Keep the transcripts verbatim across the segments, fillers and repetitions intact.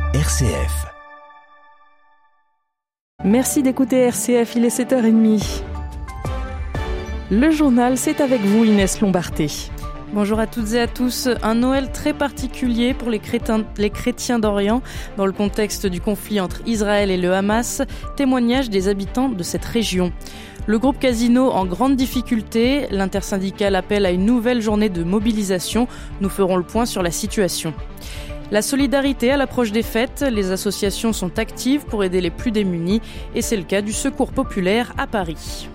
R C F. Merci d'écouter R C F, il est sept heures trente. Le journal, c'est avec vous Inès Lombarté. Bonjour à toutes et à tous. Un Noël très particulier pour les chrétiens, les chrétiens d'Orient dans le contexte du conflit entre Israël et le Hamas. Témoignage des habitants de cette région. Le groupe Casino en grande difficulté. L'intersyndicale appelle à une nouvelle journée de mobilisation. Nous ferons le point sur la situation. La solidarité à l'approche des fêtes. Les associations sont actives pour aider les plus démunis et c'est le cas du Secours populaire à Paris.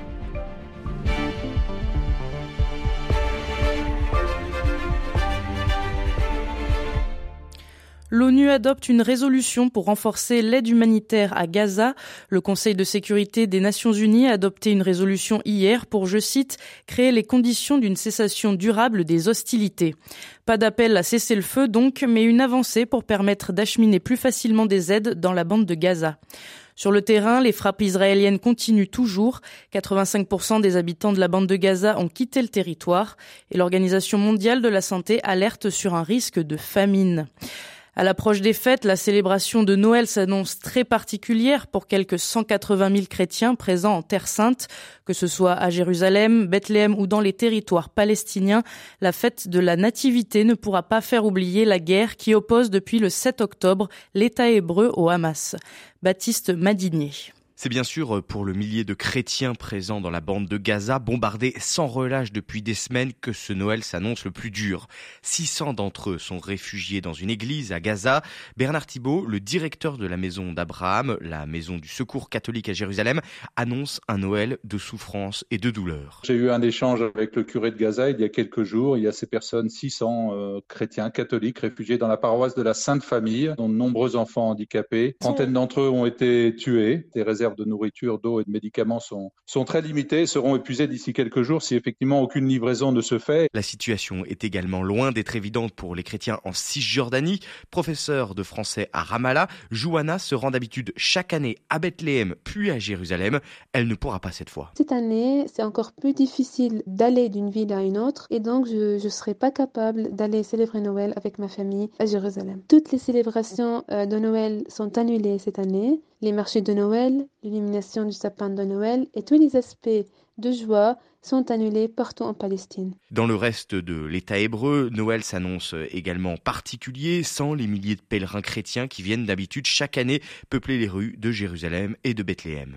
L'ONU adopte une résolution pour renforcer l'aide humanitaire à Gaza. Le Conseil de sécurité des Nations Unies a adopté une résolution hier pour, je cite, « créer les conditions d'une cessation durable des hostilités ». Pas d'appel à cesser le feu donc, mais une avancée pour permettre d'acheminer plus facilement des aides dans la bande de Gaza. Sur le terrain, les frappes israéliennes continuent toujours. quatre-vingt-cinq pour cent des habitants de la bande de Gaza ont quitté le territoire et l'Organisation mondiale de la santé alerte sur un risque de famine. À l'approche des fêtes, la célébration de Noël s'annonce très particulière pour quelques cent quatre-vingt mille chrétiens présents en Terre Sainte. Que ce soit à Jérusalem, Bethléem ou dans les territoires palestiniens, la fête de la Nativité ne pourra pas faire oublier la guerre qui oppose depuis le sept octobre l'État hébreu au Hamas. Baptiste Madinier. C'est bien sûr pour le millier de chrétiens présents dans la bande de Gaza, bombardés sans relâche depuis des semaines, que ce Noël s'annonce le plus dur. six cents d'entre eux sont réfugiés dans une église à Gaza. Bernard Thibault, le directeur de la maison d'Abraham, la maison du Secours catholique à Jérusalem, annonce un Noël de souffrance et de douleur. J'ai eu un échange avec le curé de Gaza il y a quelques jours. Il y a ces personnes, six cents euh, chrétiens catholiques réfugiés dans la paroisse de la Sainte Famille, dont de nombreux enfants handicapés. Une trentaine d'entre eux ont été tués. Des réserves de nourriture, d'eau et de médicaments sont, sont très limitées et seront épuisées d'ici quelques jours si effectivement aucune livraison ne se fait. La situation est également loin d'être évidente pour les chrétiens en Cisjordanie. Professeur de français à Ramallah, Johanna se rend d'habitude chaque année à Bethléem puis à Jérusalem. Elle ne pourra pas cette fois. Cette année, c'est encore plus difficile d'aller d'une ville à une autre et donc je ne serai pas capable d'aller célébrer Noël avec ma famille à Jérusalem. Toutes les célébrations de Noël sont annulées cette année. Les marchés de Noël, l'illumination du sapin de Noël et tous les aspects de joie sont annulés partout en Palestine. Dans le reste de l'État hébreu, Noël s'annonce également particulier sans les milliers de pèlerins chrétiens qui viennent d'habitude chaque année peupler les rues de Jérusalem et de Bethléem.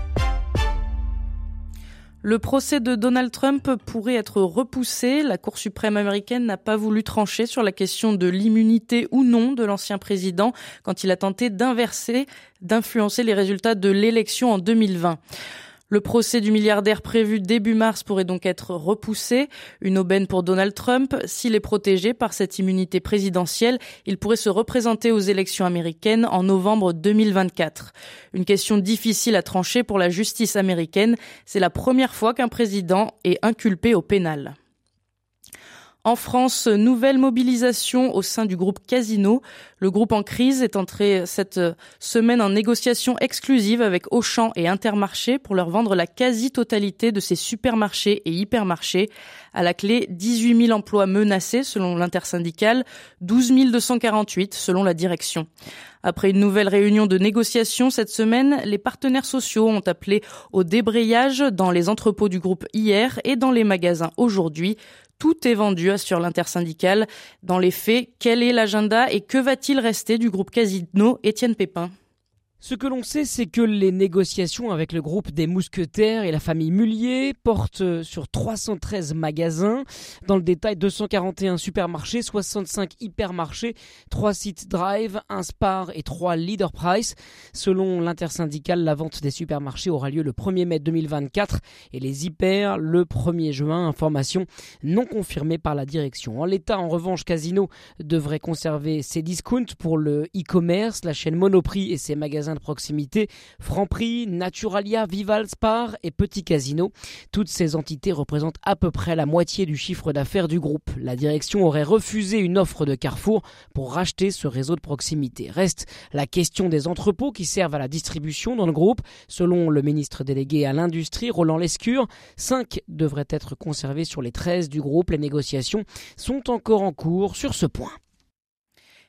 Le procès de Donald Trump pourrait être repoussé. La Cour suprême américaine n'a pas voulu trancher sur la question de l'immunité ou non de l'ancien président quand il a tenté d'inverser, d'influencer les résultats de l'élection en deux mille vingt. Le procès du milliardaire prévu début mars pourrait donc être repoussé. Une aubaine pour Donald Trump. S'il est protégé par cette immunité présidentielle, il pourrait se représenter aux élections américaines en novembre deux mille vingt-quatre. Une question difficile à trancher pour la justice américaine. C'est la première fois qu'un président est inculpé au pénal. En France, nouvelle mobilisation au sein du groupe Casino. Le groupe en crise est entré cette semaine en négociation exclusive avec Auchan et Intermarché pour leur vendre la quasi-totalité de ses supermarchés et hypermarchés. À la clé, dix-huit mille emplois menacés selon l'intersyndicale, douze mille deux cent quarante-huit selon la direction. Après une nouvelle réunion de négociation cette semaine, les partenaires sociaux ont appelé au débrayage dans les entrepôts du groupe hier et dans les magasins aujourd'hui. Tout est vendu, assure l'intersyndicale. Dans les faits, quel est l'agenda et que va-t-il rester du groupe Casino ? Étienne Pépin. Ce que l'on sait, c'est que les négociations avec le groupe des Mousquetaires et la famille Mullier portent sur trois cent treize magasins. Dans le détail, deux cent quarante et un supermarchés, soixante-cinq hypermarchés, trois sites Drive, un Spar et trois Leader Price. Selon l'intersyndicale, la vente des supermarchés aura lieu le premier mai deux mille vingt-quatre et les hyper le premier juin. Information non confirmée par la direction. En l'état, en revanche, Casino devrait conserver ses discounts pour le e-commerce, la chaîne Monoprix et ses magasins de proximité, Franprix, Naturalia, Vival, Spar et Petit Casino. Toutes ces entités représentent à peu près la moitié du chiffre d'affaires du groupe. La direction aurait refusé une offre de Carrefour pour racheter ce réseau de proximité. Reste la question des entrepôts qui servent à la distribution dans le groupe. Selon le ministre délégué à l'industrie, Roland Lescure, cinq devraient être conservés sur les treize du groupe. Les négociations sont encore en cours sur ce point.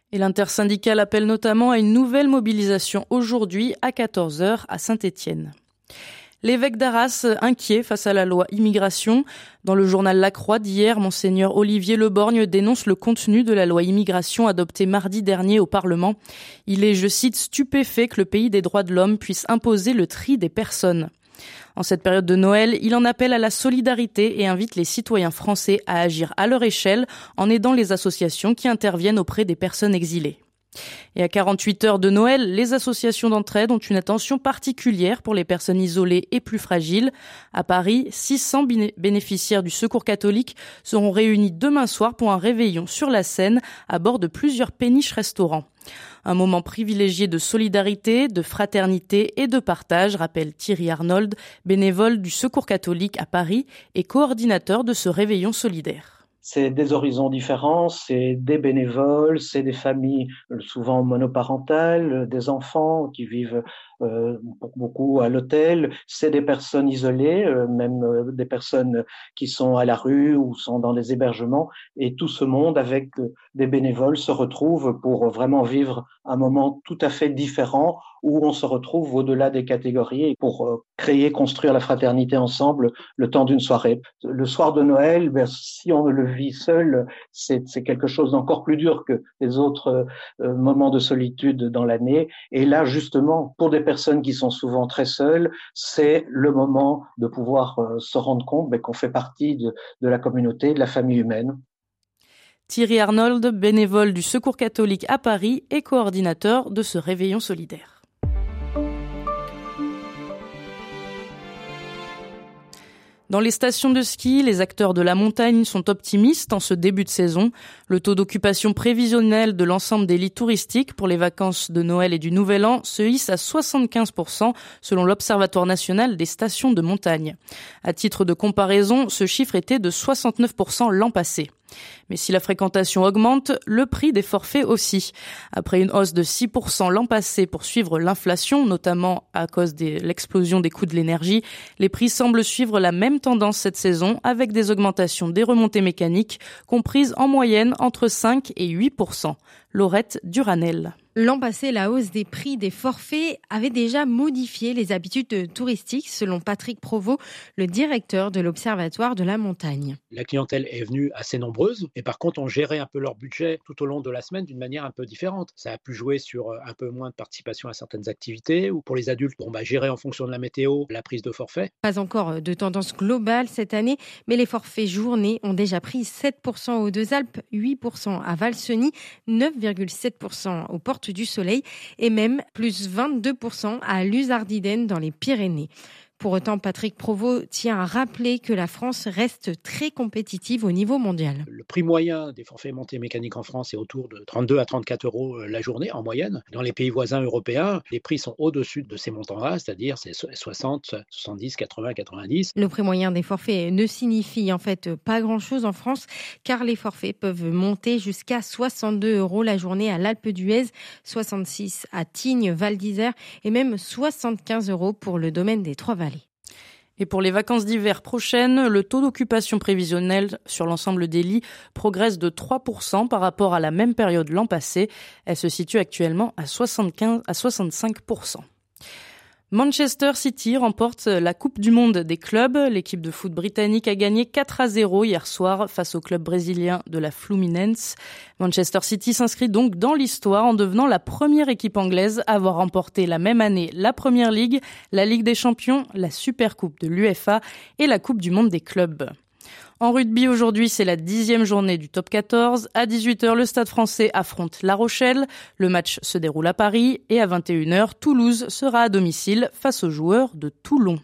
Et l'intersyndicale appelle notamment à une nouvelle mobilisation aujourd'hui à quatorze heures à Saint-Étienne. L'évêque d'Arras, inquiet face à la loi immigration. Dans le journal La Croix d'hier, Monseigneur Olivier Leborgne dénonce le contenu de la loi immigration adoptée mardi dernier au Parlement. Il est, je cite, stupéfait que le pays des droits de l'homme puisse imposer le tri des personnes. En cette période de Noël, il en appelle à la solidarité et invite les citoyens français à agir à leur échelle en aidant les associations qui interviennent auprès des personnes exilées. Et à quarante-huit heures de Noël, les associations d'entraide ont une attention particulière pour les personnes isolées et plus fragiles. À Paris, six cents bénéficiaires du Secours catholique seront réunis demain soir pour un réveillon sur la Seine à bord de plusieurs péniches restaurants. Un moment privilégié de solidarité, de fraternité et de partage, rappelle Thierry Arnold, bénévole du Secours catholique à Paris et coordinateur de ce réveillon solidaire. C'est des horizons différents, c'est des bénévoles, c'est des familles souvent monoparentales, des enfants qui vivent euh, pour beaucoup à l'hôtel, c'est des personnes isolées, euh, même euh, des personnes qui sont à la rue ou sont dans les hébergements, et tout ce monde avec euh, des bénévoles se retrouve pour vraiment vivre un moment tout à fait différent où on se retrouve au-delà des catégories pour euh, créer, construire la fraternité ensemble le temps d'une soirée. Le soir de Noël, ben, si on le vit seul, c'est, c'est quelque chose d'encore plus dur que les autres euh, moments de solitude dans l'année. Et là, justement, pour des personnes qui sont souvent très seules, c'est le moment de pouvoir euh, se rendre compte ben, qu'on fait partie de, de la communauté, de la famille humaine. Thierry Arnold, bénévole du Secours catholique à Paris et coordinateur de ce réveillon solidaire. Dans les stations de ski, les acteurs de la montagne sont optimistes en ce début de saison. Le taux d'occupation prévisionnel de l'ensemble des lits touristiques pour les vacances de Noël et du Nouvel An se hisse à soixante-quinze pour cent selon l'Observatoire national des stations de montagne. À titre de comparaison, ce chiffre était de soixante-neuf pour cent l'an passé. Mais si la fréquentation augmente, le prix des forfaits aussi. Après une hausse de six pour cent l'an passé pour suivre l'inflation, notamment à cause de l'explosion des coûts de l'énergie, les prix semblent suivre la même tendance cette saison avec des augmentations des remontées mécaniques comprises en moyenne entre cinq et huit pour cent. Laurette Duranel. L'an passé, la hausse des prix des forfaits avait déjà modifié les habitudes touristiques, selon Patrick Provost, le directeur de l'Observatoire de la montagne. La clientèle est venue assez nombreuse, et par contre, on gérait un peu leur budget tout au long de la semaine d'une manière un peu différente. Ça a pu jouer sur un peu moins de participation à certaines activités, ou pour les adultes, bon, bah, gérer en fonction de la météo la prise de forfait. Pas encore de tendance globale cette année, mais les forfaits journée ont déjà pris sept pour cent aux Deux-Alpes, huit pour cent à Valseny, neuf virgule sept pour cent aux Portes du Soleil et même plus vingt-deux pour cent à Luzardiden dans les Pyrénées. Pour autant, Patrick Provost tient à rappeler que la France reste très compétitive au niveau mondial. Le prix moyen des forfaits montées mécaniques en France est autour de trente-deux à trente-quatre euros la journée en moyenne. Dans les pays voisins européens, les prix sont au-dessus de ces montants-là, c'est-à-dire c'est soixante, soixante-dix, quatre-vingts, quatre-vingt-dix. Le prix moyen des forfaits ne signifie en fait pas grand-chose en France, car les forfaits peuvent monter jusqu'à soixante-deux euros la journée à l'Alpe d'Huez, soixante-six à Tignes, Val d'Isère et même soixante-quinze euros pour le domaine des Trois-Vallées. Et pour les vacances d'hiver prochaines, le taux d'occupation prévisionnel sur l'ensemble des lits progresse de trois pour cent par rapport à la même période l'an passé. Elle se situe actuellement à soixante-quinze à soixante-cinq pour cent. Manchester City remporte la Coupe du Monde des clubs. L'équipe de foot britannique a gagné quatre à zéro hier soir face au club brésilien de la Fluminense. Manchester City s'inscrit donc dans l'histoire en devenant la première équipe anglaise à avoir remporté la même année la Premier League, la Ligue des Champions, la Supercoupe de l'U F A et la Coupe du Monde des clubs. En rugby, aujourd'hui, c'est la dixième journée du top quatorze. À dix-huit heures, le Stade français affronte La Rochelle. Le match se déroule à Paris. Et à vingt et une heures, Toulouse sera à domicile face aux joueurs de Toulon.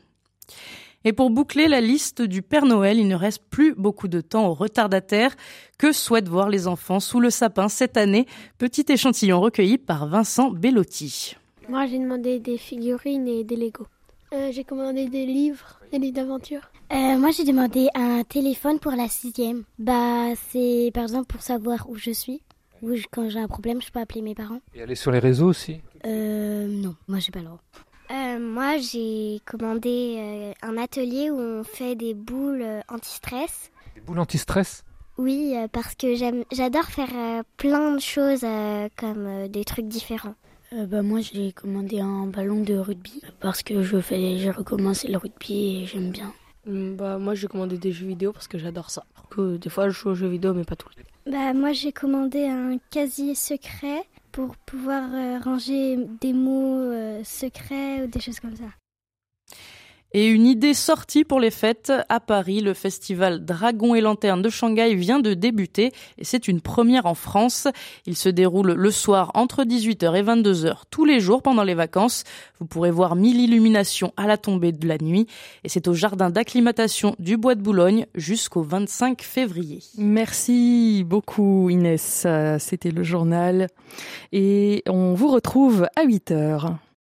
Et pour boucler la liste du Père Noël, il ne reste plus beaucoup de temps aux retardataires. Que souhaitent voir les enfants sous le sapin cette année? Petit échantillon recueilli par Vincent Bellotti. Moi, j'ai demandé des figurines et des Lego. Euh, j'ai commandé des livres, des livres d'aventure. Euh, moi, j'ai demandé un téléphone pour la sixième. Bah, c'est par exemple pour savoir où je suis. Ou quand j'ai un problème, je peux appeler mes parents. Et aller sur les réseaux aussi? Euh, non, moi, j'ai pas le droit. Euh, moi, j'ai commandé euh, un atelier où on fait des boules euh, anti-stress. Des boules anti-stress? Oui, euh, parce que j'aime, j'adore faire euh, plein de choses euh, comme euh, des trucs différents. Euh, bah moi j'ai commandé un ballon de rugby parce que je fais, j'ai recommencé le rugby et j'aime bien. Bah moi j'ai commandé des jeux vidéo parce que j'adore ça. Que des fois je joue aux jeux vidéo mais pas tout le temps. Bah moi j'ai commandé un casier secret pour pouvoir euh, ranger des mots euh, secrets ou des choses comme ça. Et une idée sortie pour les fêtes. À Paris, le festival Dragons et Lanternes de Shanghai vient de débuter et c'est une première en France. Il se déroule le soir entre dix-huit heures et vingt-deux heures tous les jours pendant les vacances. Vous pourrez voir mille illuminations à la tombée de la nuit et c'est au jardin d'acclimatation du Bois de Boulogne jusqu'au vingt-cinq février. Merci beaucoup Inès, c'était le journal et on vous retrouve à huit heures.